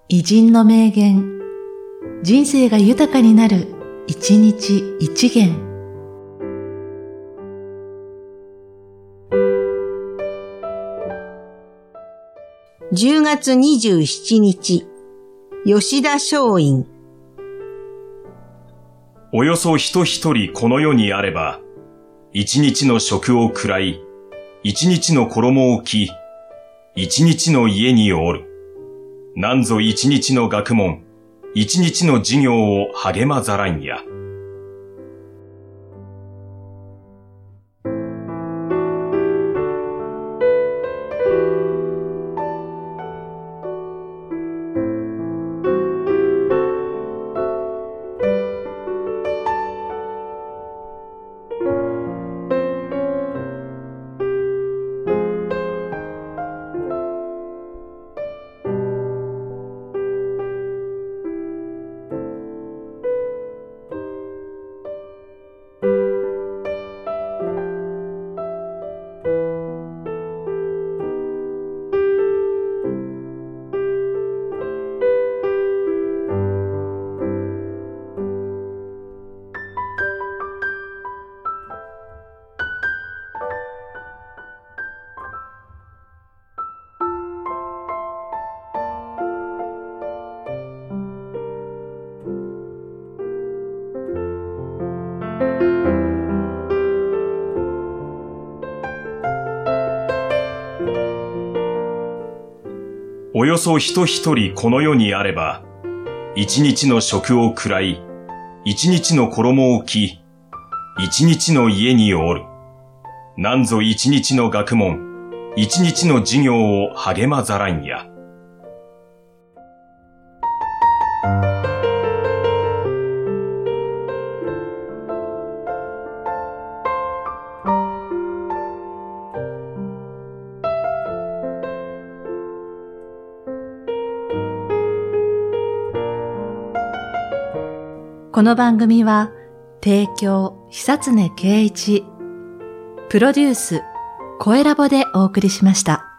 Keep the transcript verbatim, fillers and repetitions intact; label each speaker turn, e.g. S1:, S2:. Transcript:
S1: 偉人の名言、人生が豊かになる、一日一元。
S2: じゅうがつにじゅうしちにち、吉田松陰。
S3: およそ人一人この世にあれば、一日の食を食らい、一日の衣を着、一日の家におる。なんぞ一日の学問、一日の授業を励まざらんや。およそ人一人この世にあれば、一日の食を食らい、一日の衣を着、一日の家におる。なんぞ一日の学問、一日の授業を励まざらんや。
S1: この番組は、提供、久常圭一、プロデュース、声ラボでお送りしました。